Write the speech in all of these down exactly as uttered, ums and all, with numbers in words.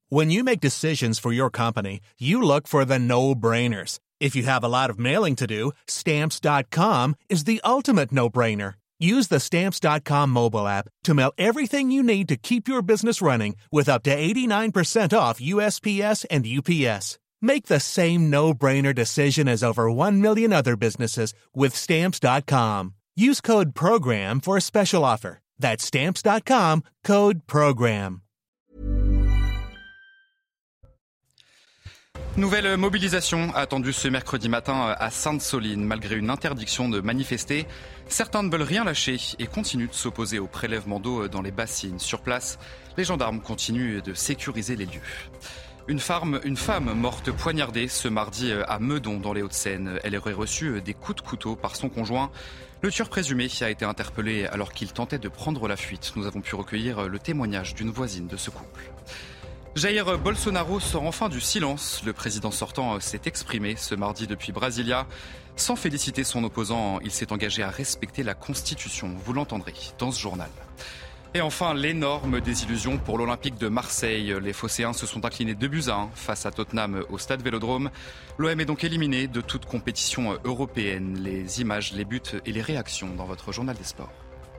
When you make decisions for your company, you look for the no-brainers. If you have a lot of mailing to do, Stamps dot com is the ultimate no-brainer. Use the Stamps dot com mobile app to mail everything you need to keep your business running with up to eighty-nine percent off U S P S and U P S. Make the same no-brainer decision as over one million other businesses with Stamps dot com. Use code PROGRAM for a special offer. That's Stamps dot com, code PROGRAM. Nouvelle mobilisation attendue ce mercredi matin à Sainte-Soline. Malgré une interdiction de manifester, certains ne veulent rien lâcher et continuent de s'opposer au prélèvement d'eau dans les bassines. Sur place, les gendarmes continuent de sécuriser les lieux. Une femme, une femme morte poignardée ce mardi à Meudon dans les Hauts-de-Seine. Elle aurait reçu des coups de couteau par son conjoint. Le tueur présumé a été interpellé alors qu'il tentait de prendre la fuite. Nous avons pu recueillir le témoignage d'une voisine de ce couple. Jair Bolsonaro sort enfin du silence. Le président sortant s'est exprimé ce mardi depuis Brasilia. Sans féliciter son opposant, il s'est engagé à respecter la Constitution. Vous l'entendrez dans ce journal. Et enfin, l'énorme désillusion pour l'Olympique de Marseille. Les Phocéens se sont inclinés deux buts à un face à Tottenham au stade Vélodrome. L'O M est donc éliminé de toute compétition européenne. Les images, les buts et les réactions dans votre journal des sports.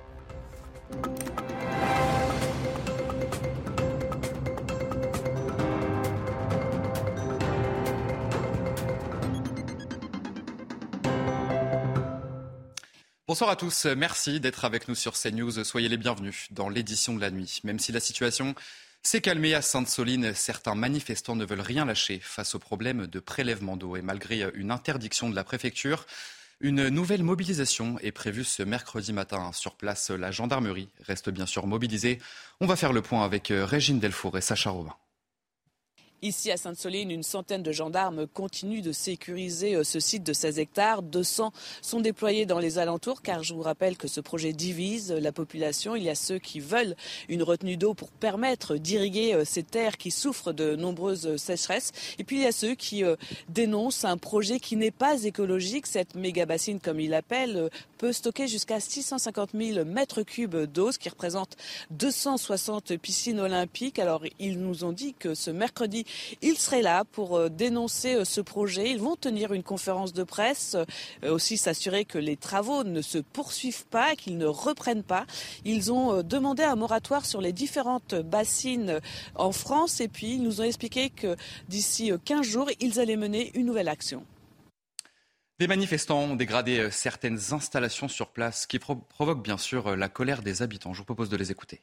Bonsoir à tous, merci d'être avec nous sur CNews. Soyez les bienvenus dans l'édition de la nuit. Même si la situation s'est calmée à Sainte-Soline, certains manifestants ne veulent rien lâcher face au problème de prélèvement d'eau. Et malgré une interdiction de la préfecture, une nouvelle mobilisation est prévue ce mercredi matin. Sur place, la gendarmerie reste bien sûr mobilisée. On va faire le point avec Régine Delfour et Sacha Robin. Ici à Sainte-Soline, une centaine de gendarmes continuent de sécuriser ce site de seize hectares. deux cents sont déployés dans les alentours car je vous rappelle que ce projet divise la population. Il y a ceux qui veulent une retenue d'eau pour permettre d'irriguer ces terres qui souffrent de nombreuses sécheresses. Et puis il y a ceux qui dénoncent un projet qui n'est pas écologique. Cette méga bassine, comme il l'appelle, peut stocker jusqu'à six cent cinquante mille mètres cubes d'eau, ce qui représente deux cent soixante piscines olympiques. Alors ils nous ont dit que ce mercredi, ils seraient là pour dénoncer ce projet. Ils vont tenir une conférence de presse, aussi s'assurer que les travaux ne se poursuivent pas, qu'ils ne reprennent pas. Ils ont demandé un moratoire sur les différentes bassines en France et puis ils nous ont expliqué que d'ici quinze jours, ils allaient mener une nouvelle action. Des manifestants ont dégradé certaines installations sur place, qui pro- provoquent bien sûr la colère des habitants. Je vous propose de les écouter.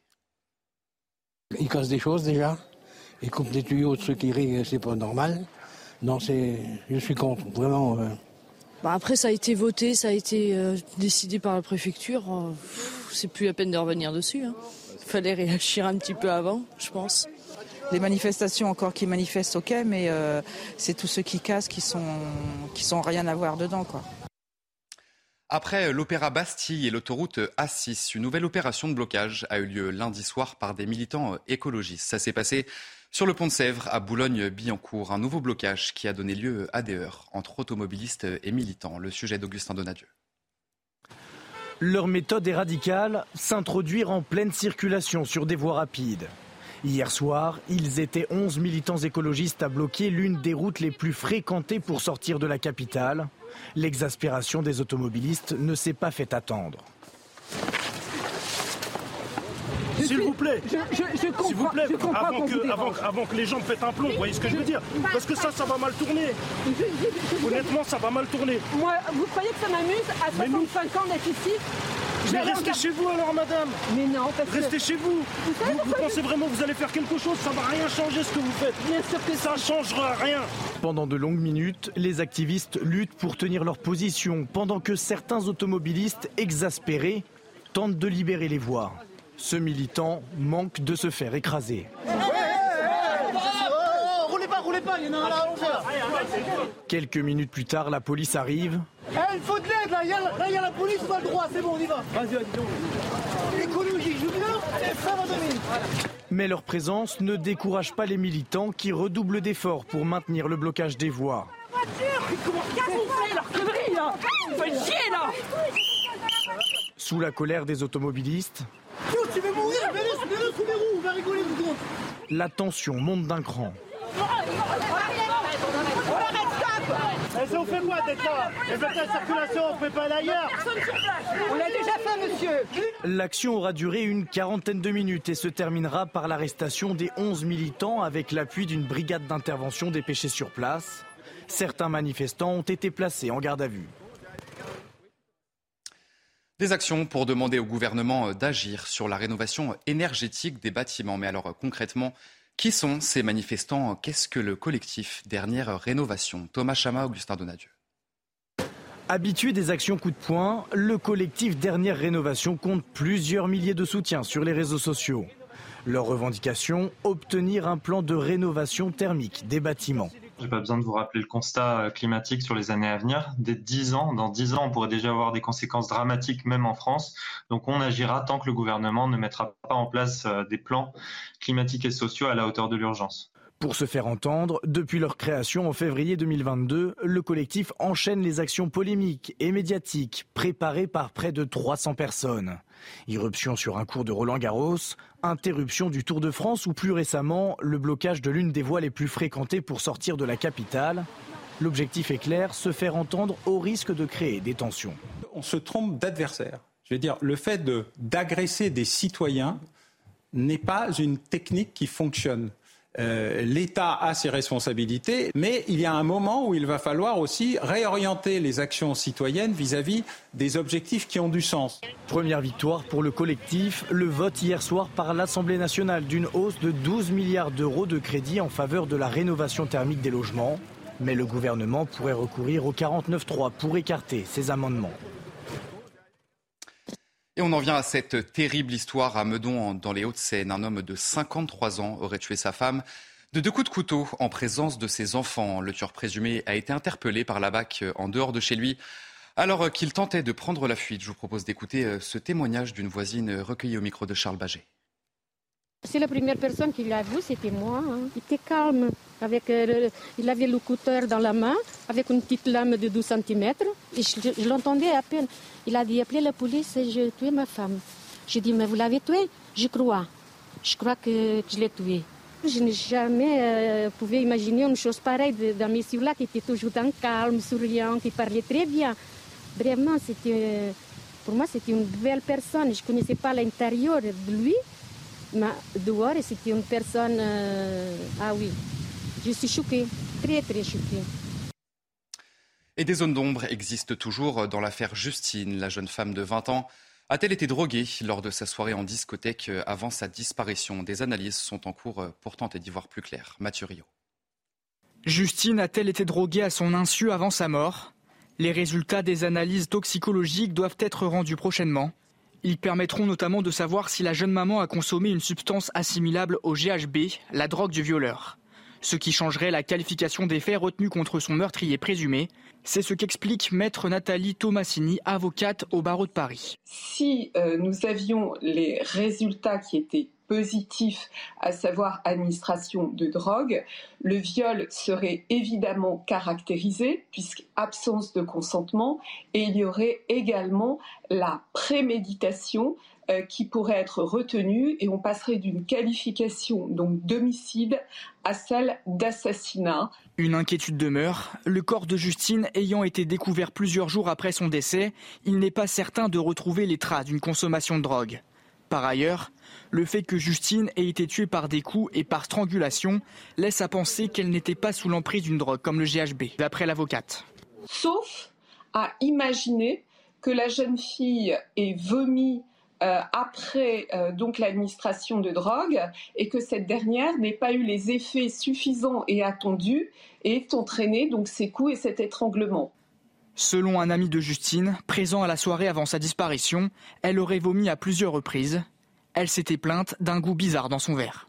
Ils cassent des choses déjà. Ils coupent des tuyaux de ceux qui irriguent, c'est pas normal. Non, c'est, je suis contre, vraiment. Euh... Bah après, ça a été voté, ça a été euh, décidé par la préfecture. Euh, c'est plus la peine de revenir dessus. Hein. Il fallait réagir un petit peu avant, je pense. Les manifestations encore qui manifestent, ok, mais euh, c'est tous ceux qui cassent qui sont, qui sont rien à voir dedans, quoi. Après l'Opéra Bastille et l'autoroute A six, une nouvelle opération de blocage a eu lieu lundi soir par des militants écologistes. Ça s'est passé sur le pont de Sèvres à Boulogne-Billancourt. Un nouveau blocage qui a donné lieu à des heurts entre automobilistes et militants. Le sujet d'Augustin Donadieu. Leur méthode est radicale, s'introduire en pleine circulation sur des voies rapides. Hier soir, ils étaient onze militants écologistes à bloquer l'une des routes les plus fréquentées pour sortir de la capitale. L'exaspération des automobilistes ne s'est pas fait attendre. S'il vous plaît, je, je, je comprends, s'il vous plaît, je comprends avant, que, avant, avant que les gens pètent un plomb, vous voyez ce que je veux dire? Parce que ça, ça va mal tourner. Je, je, je, Honnêtement, ça va mal tourner. Moi, vous croyez que ça m'amuse à soixante-cinq ans d'être ici? Mais restez regarde... chez vous alors, madame. Mais non, parce restez que... chez vous. Vous, vous, vous pensez je... vraiment que vous allez faire quelque chose? Ça va rien changer ce que vous faites. Bien sûr que ça changera rien. Pendant de longues minutes, les activistes luttent pour tenir leur position, pendant que certains automobilistes exaspérés tentent de libérer les voies. Ce militant manque de se faire écraser. Roulez pas, roulez pas, il y en a un là à onze heures. Quelques minutes plus tard, la police arrive. Eh, il faut de l'aide là, il y, a, y a la police, on a le droit, c'est bon, on y va. Vas-y, vas-y. L'écologie joue bien, et ça va donner. Mais leur présence ne décourage pas les militants qui redoublent d'efforts pour maintenir le blocage des voies. Sous la colère des automobilistes, tu veux mourir, mets-le sous les roues, on va rigoler du compte. La tension monte d'un cran. Et on fait quoi d'être là? Et faites la circulation, on ne peut pas aller ailleurs. On l'a déjà fait, monsieur. L'action aura duré une quarantaine de minutes et se terminera par l'arrestation des onze militants avec l'appui d'une brigade d'intervention dépêchée sur place. Certains manifestants ont été placés en garde à vue. Des actions pour demander au gouvernement d'agir sur la rénovation énergétique des bâtiments. Mais alors concrètement, qui sont ces manifestants? Qu'est-ce que le collectif Dernière Rénovation? Thomas Chama, Augustin Donadieu. Habitué des actions coup de poing, le collectif Dernière Rénovation compte plusieurs milliers de soutiens sur les réseaux sociaux. Leur revendication, obtenir un plan de rénovation thermique des bâtiments. J'ai pas besoin de vous rappeler le constat climatique sur les années à venir. Dès dix ans, dans dix ans, on pourrait déjà avoir des conséquences dramatiques, même en France. Donc on agira tant que le gouvernement ne mettra pas en place des plans climatiques et sociaux à la hauteur de l'urgence. Pour se faire entendre, depuis leur création en février deux mille vingt-deux, le collectif enchaîne les actions polémiques et médiatiques préparées par près de trois cents personnes. Irruption sur un cours de Roland-Garros, interruption du Tour de France ou plus récemment, le blocage de l'une des voies les plus fréquentées pour sortir de la capitale. L'objectif est clair, se faire entendre au risque de créer des tensions. On se trompe d'adversaire. Je veux dire, le fait de, d'agresser des citoyens n'est pas une technique qui fonctionne. Euh, L'État a ses responsabilités, mais il y a un moment où il va falloir aussi réorienter les actions citoyennes vis-à-vis des objectifs qui ont du sens. Première victoire pour le collectif, le vote hier soir par l'Assemblée nationale d'une hausse de douze milliards d'euros de crédit en faveur de la rénovation thermique des logements. Mais le gouvernement pourrait recourir au quarante-neuf trois pour écarter ces amendements. Et on en vient à cette terrible histoire à Meudon, dans les Hauts-de-Seine. Un homme de cinquante-trois ans aurait tué sa femme de deux coups de couteau en présence de ses enfants. Le tueur présumé a été interpellé par la B A C en dehors de chez lui alors qu'il tentait de prendre la fuite. Je vous propose d'écouter ce témoignage d'une voisine recueillie au micro de Charles Baget. C'est la première personne qui l'a vu, c'était moi. Hein. Il était calme. Avec, euh, il avait le couteau dans la main, avec une petite lame de douze centimètres. Et je, je l'entendais à peine. Il a dit, appelez la police, j'ai tué ma femme. J'ai dit, mais vous l'avez tué? Je crois. Je crois que je l'ai tué. Je n'ai jamais euh, pu imaginer une chose pareille d'un monsieur-là qui était toujours dans le calme, souriant, qui parlait très bien. Vraiment, c'était, pour moi, c'était une belle personne. Je ne connaissais pas l'intérieur de lui. Mais dehors, c'était une personne... Euh, ah oui, je suis choquée, très très choquée. Et des zones d'ombre existent toujours dans l'affaire Justine. La jeune femme de vingt ans a-t-elle été droguée lors de sa soirée en discothèque avant sa disparition? Des analyses sont en cours pour tenter d'y voir plus clair. Mathieu Rio. Justine a-t-elle été droguée à son insu avant sa mort? Les résultats des analyses toxicologiques doivent être rendus prochainement. Ils permettront notamment de savoir si la jeune maman a consommé une substance assimilable au G H B, la drogue du violeur. Ce qui changerait la qualification des faits retenus contre son meurtrier présumé. C'est ce qu'explique maître Nathalie Tomassini, avocate au barreau de Paris. Si euh, nous avions les résultats qui étaient positifs, à savoir administration de drogue, le viol serait évidemment caractérisé, puisqu'absence de consentement, et il y aurait également la préméditation euh, qui pourrait être retenue, et on passerait d'une qualification donc d'homicide à celle d'assassinat. Une inquiétude demeure. Le corps de Justine ayant été découvert plusieurs jours après son décès, il n'est pas certain de retrouver les traces d'une consommation de drogue. Par ailleurs, le fait que Justine ait été tuée par des coups et par strangulation laisse à penser qu'elle n'était pas sous l'emprise d'une drogue comme le G H B, d'après l'avocate. Sauf à imaginer que la jeune fille ait vomi euh, après euh, donc l'administration de drogue et que cette dernière n'ait pas eu les effets suffisants et attendus et ait entraîné donc ces coups et cet étranglement. Selon un ami de Justine, présent à la soirée avant sa disparition, elle aurait vomi à plusieurs reprises. Elle s'était plainte d'un goût bizarre dans son verre.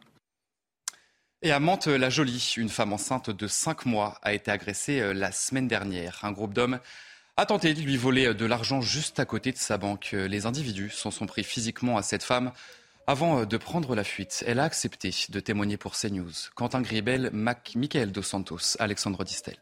Et à Mantes-la-Jolie, une femme enceinte de cinq mois a été agressée la semaine dernière. Un groupe d'hommes a tenté de lui voler de l'argent juste à côté de sa banque. Les individus s'en sont pris physiquement à cette femme avant de prendre la fuite. Elle a accepté de témoigner pour CNews. Quentin Gribel, Mac, Michael Dos Santos, Alexandre Distel.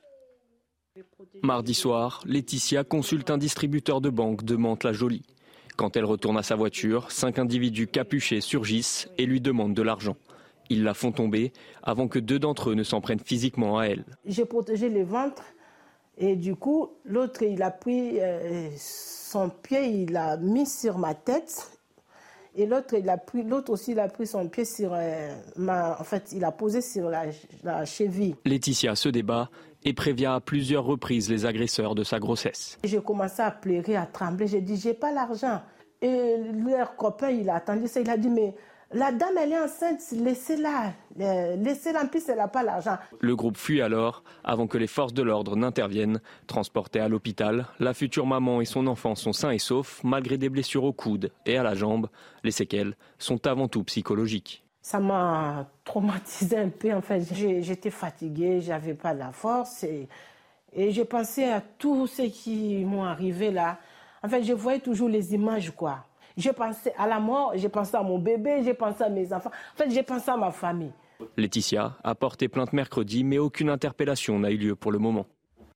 Mardi soir, Laetitia consulte un distributeur de banque de Mantes-la-Jolie. Quand elle retourne à sa voiture, cinq individus capuchés surgissent et lui demandent de l'argent. Ils la font tomber avant que deux d'entre eux ne s'en prennent physiquement à elle. J'ai protégé le ventre et du coup, l'autre, il a pris euh, son pied, il l'a mis sur ma tête. Et l'autre, il a pris, l'autre aussi, il a pris son pied sur euh, ma... En fait, il a posé sur la, la cheville. Laetitia se débat et prévient à plusieurs reprises les agresseurs de sa grossesse. J'ai commencé à pleurer, à trembler. J'ai dit, j'ai pas l'argent. Et leur copain, il a attendu ça. Il a dit, mais la dame, elle est enceinte, laissez-la. Laissez-la, en plus, elle n'a pas l'argent. Le groupe fuit alors avant que les forces de l'ordre n'interviennent. Transportée à l'hôpital, la future maman et son enfant sont sains et saufs, malgré des blessures au coude et à la jambe. Les séquelles sont avant tout psychologiques. Ça m'a traumatisé un peu. En fait, j'étais fatiguée, j'avais pas la force. Et, et j'ai pensé à tous ceux qui m'ont arrivé là. En fait, je voyais toujours les images, quoi. J'ai pensé à la mort, j'ai pensé à mon bébé, j'ai pensé à mes enfants. En fait, j'ai pensé à ma famille. Laetitia a porté plainte mercredi, mais aucune interpellation n'a eu lieu pour le moment.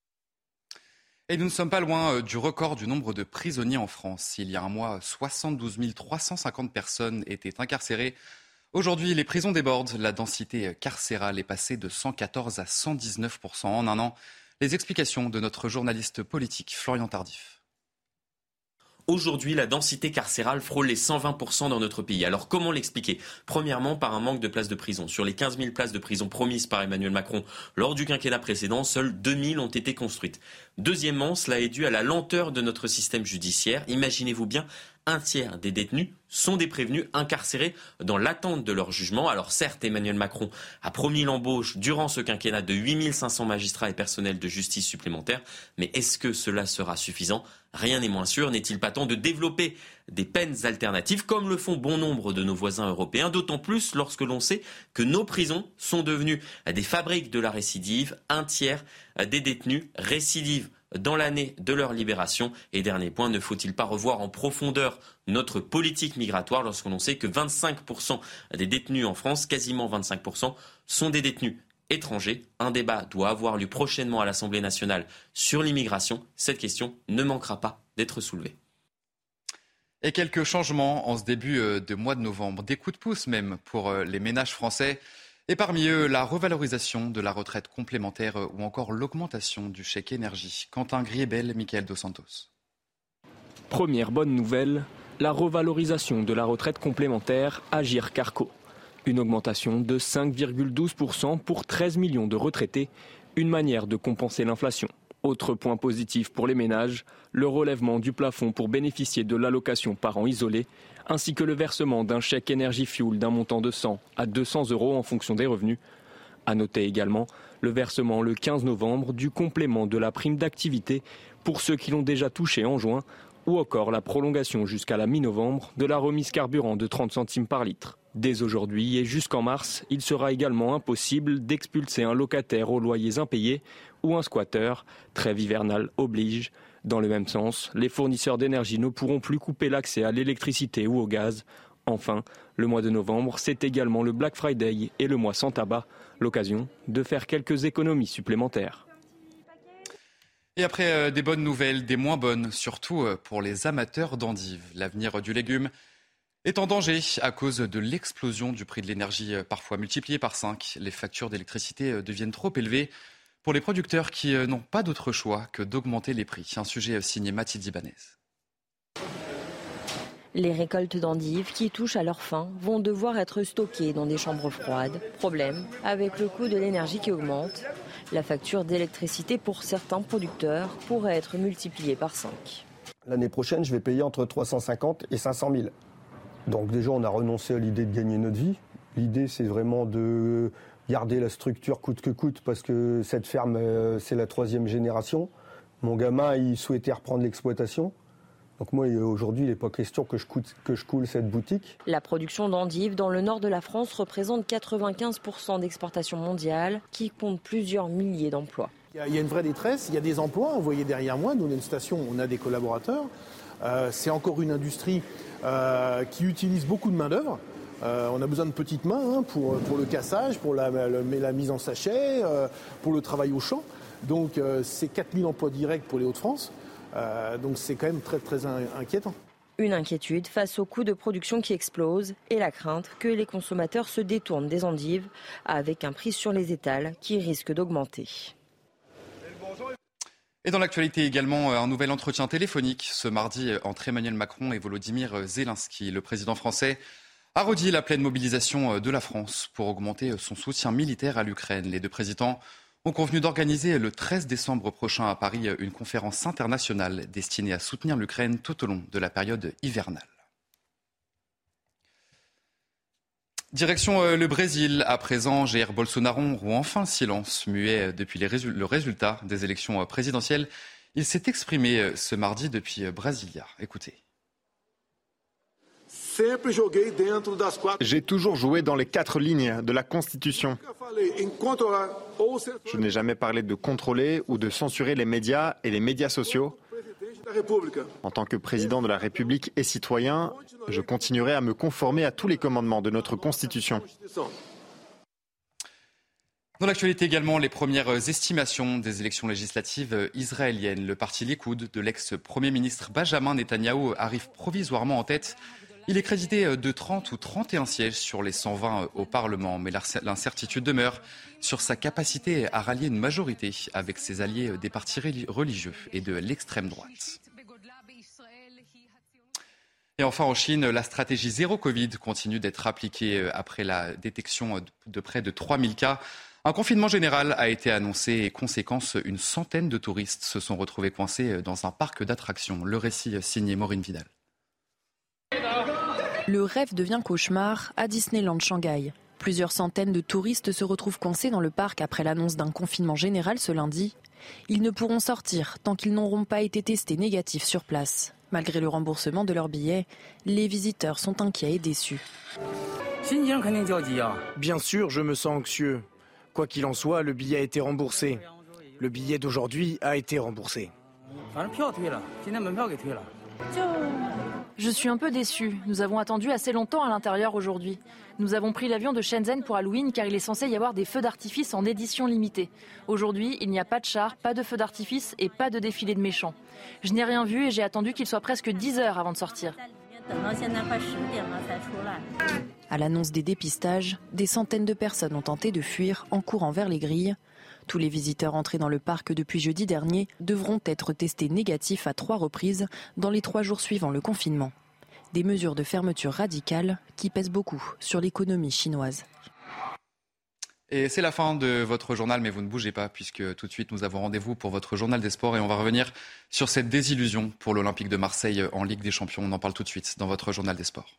Et nous ne sommes pas loin du record du nombre de prisonniers en France. Il y a un mois, soixante-douze mille trois cent cinquante personnes étaient incarcérées. Aujourd'hui, les prisons débordent. La densité carcérale est passée de cent quatorze à cent dix-neuf pour cent en un an. Les explications de notre journaliste politique, Florian Tardif. Aujourd'hui, la densité carcérale frôle les cent vingt pour cent dans notre pays. Alors comment l'expliquer ? Premièrement, par un manque de places de prison. Sur les quinze mille places de prison promises par Emmanuel Macron lors du quinquennat précédent, seules deux mille ont été construites. Deuxièmement, cela est dû à la lenteur de notre système judiciaire. Imaginez-vous bien, un tiers des détenus sont des prévenus incarcérés dans l'attente de leur jugement. Alors certes, Emmanuel Macron a promis l'embauche durant ce quinquennat de huit mille cinq cents magistrats et personnels de justice supplémentaires. Mais est-ce que cela sera suffisant ? Rien n'est moins sûr. N'est-il pas temps de développer des peines alternatives comme le font bon nombre de nos voisins européens, d'autant plus lorsque l'on sait que nos prisons sont devenues des fabriques de la récidive. Un tiers des détenus récidivent dans l'année de leur libération. Et dernier point, ne faut-il pas revoir en profondeur notre politique migratoire lorsque l'on sait que vingt-cinq pour cent des détenus en France, quasiment vingt-cinq pour cent, sont des détenus étrangers. Un débat doit avoir lieu prochainement à l'Assemblée nationale sur l'immigration. Cette question ne manquera pas d'être soulevée. Et quelques changements en ce début de mois de novembre, des coups de pouce même pour les ménages français. Et parmi eux, la revalorisation de la retraite complémentaire ou encore l'augmentation du chèque énergie. Quentin Griebel, Mickaël Dos Santos. Première bonne nouvelle, la revalorisation de la retraite complémentaire Agir Carco. Une augmentation de cinq virgule douze pour cent pour treize millions de retraités, une manière de compenser l'inflation. Autre point positif pour les ménages, le relèvement du plafond pour bénéficier de l'allocation parents isolés, ainsi que le versement d'un chèque énergie fuel d'un montant de cent à deux cents euros en fonction des revenus. À noter également le versement le quinze novembre du complément de la prime d'activité pour ceux qui l'ont déjà touché en juin, ou encore la prolongation jusqu'à la mi-novembre de la remise carburant de trente centimes par litre. Dès aujourd'hui et jusqu'en mars, il sera également impossible d'expulser un locataire aux loyers impayés ou un squatteur. Trêve hivernale oblige. Dans le même sens, les fournisseurs d'énergie ne pourront plus couper l'accès à l'électricité ou au gaz. Enfin, le mois de novembre, c'est également le Black Friday et le mois sans tabac, l'occasion de faire quelques économies supplémentaires. Et après euh, des bonnes nouvelles, des moins bonnes, surtout euh, pour les amateurs d'endives. L'avenir du légume est en danger à cause de l'explosion du prix de l'énergie, euh, parfois multiplié par cinq. Les factures d'électricité euh, deviennent trop élevées pour les producteurs qui euh, n'ont pas d'autre choix que d'augmenter les prix. Un sujet euh, signé Mathilde Ibanez. Les récoltes d'endives qui touchent à leur fin vont devoir être stockées dans des chambres froides. Problème, avec le coût de l'énergie qui augmente, la facture d'électricité pour certains producteurs pourrait être multipliée par cinq. L'année prochaine, je vais payer entre trois cent cinquante et cinq cent mille. Donc déjà, on a renoncé à l'idée de gagner notre vie. L'idée, c'est vraiment de garder la structure coûte que coûte parce que cette ferme, c'est la troisième génération. Mon gamin, il souhaitait reprendre l'exploitation. Donc moi, aujourd'hui, il n'est pas question que je, coûte, que je coule cette boutique. La production d'endives dans le nord de la France représente quatre-vingt-quinze pour cent d'exportation mondiale, qui compte plusieurs milliers d'emplois. Il y a une vraie détresse, il y a des emplois. Vous voyez derrière moi, nous, on est une station, on a des collaborateurs. Euh, c'est encore une industrie euh, qui utilise beaucoup de main-d'œuvre. Euh, on a besoin de petites mains hein, pour, pour le cassage, pour la, la, la mise en sachet, euh, pour le travail au champ. Donc euh, c'est quatre mille emplois directs pour les Hauts-de-France. Euh, donc c'est quand même très très inquiétant. Une inquiétude face aux coûts de production qui explosent et la crainte que les consommateurs se détournent des endives avec un prix sur les étals qui risque d'augmenter. Et dans l'actualité également, un nouvel entretien téléphonique ce mardi entre Emmanuel Macron et Volodymyr Zelensky. Le président français a redit la pleine mobilisation de la France pour augmenter son soutien militaire à l'Ukraine. Les deux présidents ont convenu d'organiser le treize décembre prochain à Paris une conférence internationale destinée à soutenir l'Ukraine tout au long de la période hivernale. Direction le Brésil, à présent, Jair Bolsonaro rompt enfin le silence, muet depuis les résu- le résultat des élections présidentielles. Il s'est exprimé ce mardi depuis Brasilia. Écoutez. J'ai toujours joué dans les quatre lignes de la Constitution. Je n'ai jamais parlé de contrôler ou de censurer les médias et les médias sociaux. En tant que président de la République et citoyen, je continuerai à me conformer à tous les commandements de notre Constitution. Dans l'actualité également, les premières estimations des élections législatives israéliennes. Le parti Likoud de l'ex-premier ministre Benjamin Netanyahou arrive provisoirement en tête. Il est crédité de trente ou trente et un sièges sur les cent vingt au Parlement, mais l'incertitude demeure sur sa capacité à rallier une majorité avec ses alliés des partis religieux et de l'extrême droite. Et enfin en Chine, la stratégie zéro Covid continue d'être appliquée après la détection de près de trois mille cas. Un confinement général a été annoncé et conséquence, une centaine de touristes se sont retrouvés coincés dans un parc d'attractions. Le récit signé Maureen Vidal. Le rêve devient cauchemar à Disneyland Shanghai. Plusieurs centaines de touristes se retrouvent coincés dans le parc après l'annonce d'un confinement général ce lundi. Ils ne pourront sortir tant qu'ils n'auront pas été testés négatifs sur place. Malgré le remboursement de leurs billets, les visiteurs sont inquiets et déçus. Bien sûr, je me sens anxieux. Quoi qu'il en soit, le billet a été remboursé. Le billet d'aujourd'hui a été remboursé. Je suis un peu déçue. Nous avons attendu assez longtemps à l'intérieur aujourd'hui. Nous avons pris l'avion de Shenzhen pour Halloween car il est censé y avoir des feux d'artifice en édition limitée. Aujourd'hui, il n'y a pas de chars, pas de feux d'artifice et pas de défilé de méchants. Je n'ai rien vu et j'ai attendu qu'il soit presque dix heures avant de sortir. À l'annonce des dépistages, des centaines de personnes ont tenté de fuir en courant vers les grilles. Tous les visiteurs entrés dans le parc depuis jeudi dernier devront être testés négatifs à trois reprises dans les trois jours suivant le confinement. Des mesures de fermeture radicales qui pèsent beaucoup sur l'économie chinoise. Et c'est la fin de votre journal, mais vous ne bougez pas puisque tout de suite nous avons rendez-vous pour votre journal des sports et on va revenir sur cette désillusion pour l'Olympique de Marseille en Ligue des Champions. On en parle tout de suite dans votre journal des sports.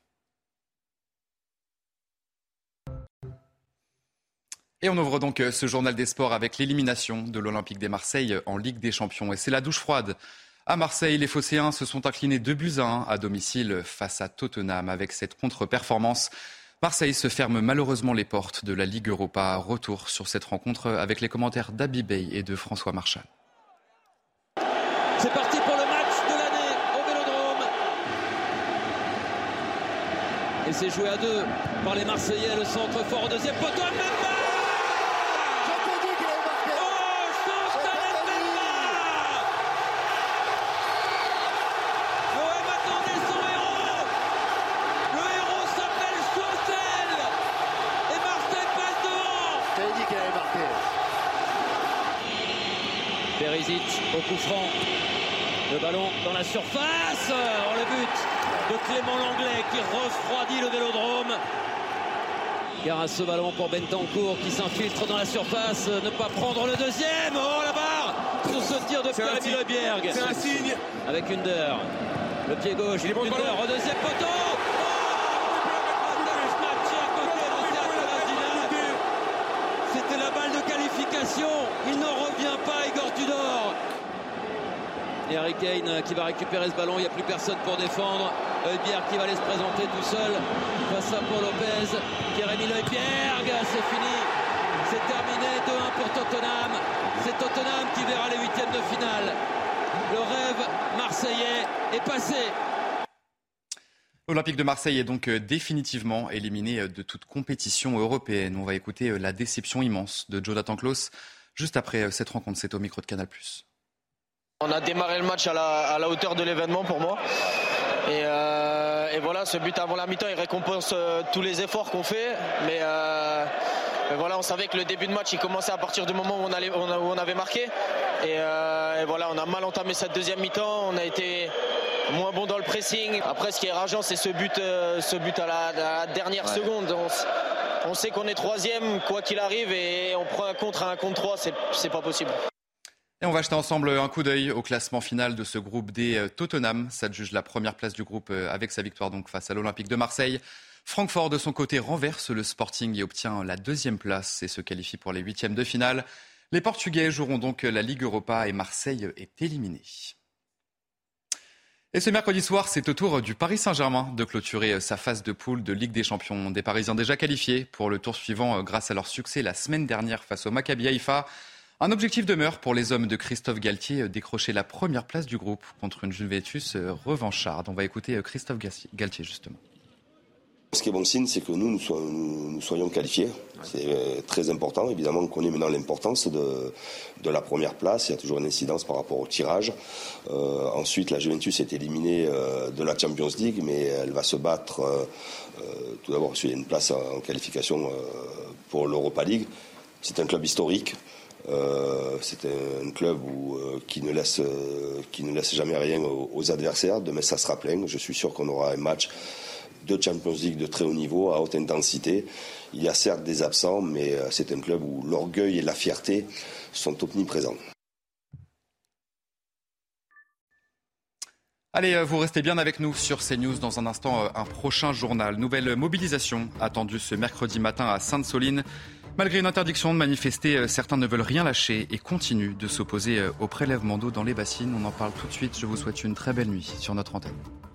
Et on ouvre donc ce journal des sports avec l'élimination de l'Olympique de Marseille en Ligue des Champions. Et c'est la douche froide. À Marseille, les Phocéens se sont inclinés deux buts à un à domicile face à Tottenham. Avec cette contre-performance, Marseille se ferme malheureusement les portes de la Ligue Europa. Retour sur cette rencontre avec les commentaires d'Abi Bey et de François Marchal. C'est parti pour le match de l'année au Vélodrome. Et c'est joué à deux par les Marseillais. Le centre fort au deuxième poteau. Au coup franc, le ballon dans la surface, oh, le but de Clément Langlais qui refroidit le Vélodrome. Car à ce ballon pour Bentancur qui s'infiltre dans la surface, ne pas prendre le deuxième, oh la barre sur ce tir de Pierre-Emile Højbjerg. C'est un signe. Avec Under, le pied gauche, bon Under au deuxième poteau. C'était la balle de qualification, il n'en revient pas Igor Tudor. Et Harry Kane qui va récupérer ce ballon, il n'y a plus personne pour défendre. Højbjerg qui va aller se présenter tout seul face à Paul Lopez. Pierre-Emile Højbjerg, c'est fini, c'est terminé, deux un pour Tottenham. C'est Tottenham qui verra les huitièmes de finale. Le rêve marseillais est passé. L'Olympique de Marseille est donc définitivement éliminé de toute compétition européenne. On va écouter la déception immense de Jonathan Klaus juste après cette rencontre. C'est au micro de Canal plus. On a démarré le match à la, à la hauteur de l'événement pour moi. Et, euh, et voilà, ce but avant la mi-temps, il récompense euh, tous les efforts qu'on fait. Mais, euh, mais voilà, on savait que le début de match, il commençait à partir du moment où on, allait, on, a, où on avait marqué. Et, euh, et voilà, on a mal entamé cette deuxième mi-temps. On a été moins bon dans le pressing. Après, ce qui est rageant, c'est ce but, euh, ce but à la, à la dernière ouais. seconde. On, on sait qu'on est troisième, quoi qu'il arrive, et on prend un contre à un contre trois, c'est, c'est pas possible. Et on va jeter ensemble un coup d'œil au classement final de ce groupe D. Tottenham s'adjuge la première place du groupe avec sa victoire donc face à l'Olympique de Marseille. Francfort, de son côté, renverse le Sporting et obtient la deuxième place et se qualifie pour les huitièmes de finale. Les Portugais joueront donc la Ligue Europa et Marseille est éliminé. Et ce mercredi soir, c'est au tour du Paris Saint-Germain de clôturer sa phase de poule de Ligue des Champions. Des Parisiens déjà qualifiés pour le tour suivant grâce à leur succès la semaine dernière face au Maccabi Haïfa. Un objectif demeure pour les hommes de Christophe Galtier, décrocher la première place du groupe contre une Juventus revancharde. On va écouter Christophe Galtier justement. Ce qui est bon signe, c'est que nous, nous, soyons, nous soyons qualifiés. C'est très important. Évidemment, on connaît maintenant l'importance de, de la première place. Il y a toujours une incidence par rapport au tirage. Euh, ensuite, la Juventus est éliminée euh, de la Champions League, mais elle va se battre euh, euh, tout d'abord sur une place en qualification euh, pour l'Europa League. C'est un club historique. Euh, c'est un club où, euh, qui, ne laisse, euh, qui ne laisse jamais rien aux, aux adversaires. Demain, ça sera plein. Je suis sûr qu'on aura un match de Champions League de très haut niveau, à haute intensité. Il y a certes des absents, mais euh, c'est un club où l'orgueil et la fierté sont omniprésents. Allez, vous restez bien avec nous sur CNews. Dans un instant, un prochain journal. Nouvelle mobilisation attendue ce mercredi matin à Sainte-Soline. Malgré une interdiction de manifester, certains ne veulent rien lâcher et continuent de s'opposer au prélèvement d'eau dans les bassines. On en parle tout de suite. Je vous souhaite une très belle nuit sur notre antenne.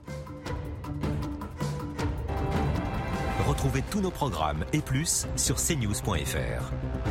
Retrouvez tous nos programmes et plus sur c news point f r.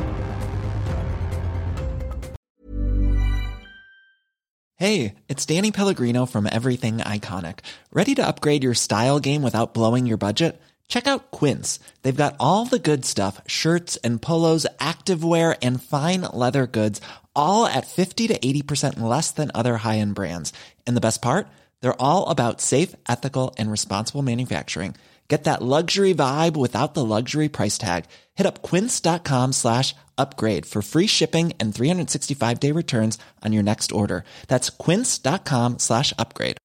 Hey, it's Danny Pellegrino from Everything Iconic. Ready to upgrade your style game without blowing your budget? Check out Quince. They've got all the good stuff, shirts and polos, activewear, and fine leather goods, all at fifty to eighty percent less than other high-end brands. And the best part? They're all about safe, ethical, and responsible manufacturing. Get that luxury vibe without the luxury price tag. Hit up quince.com slash upgrade for free shipping and three sixty-five day returns on your next order. That's quince.com slash upgrade.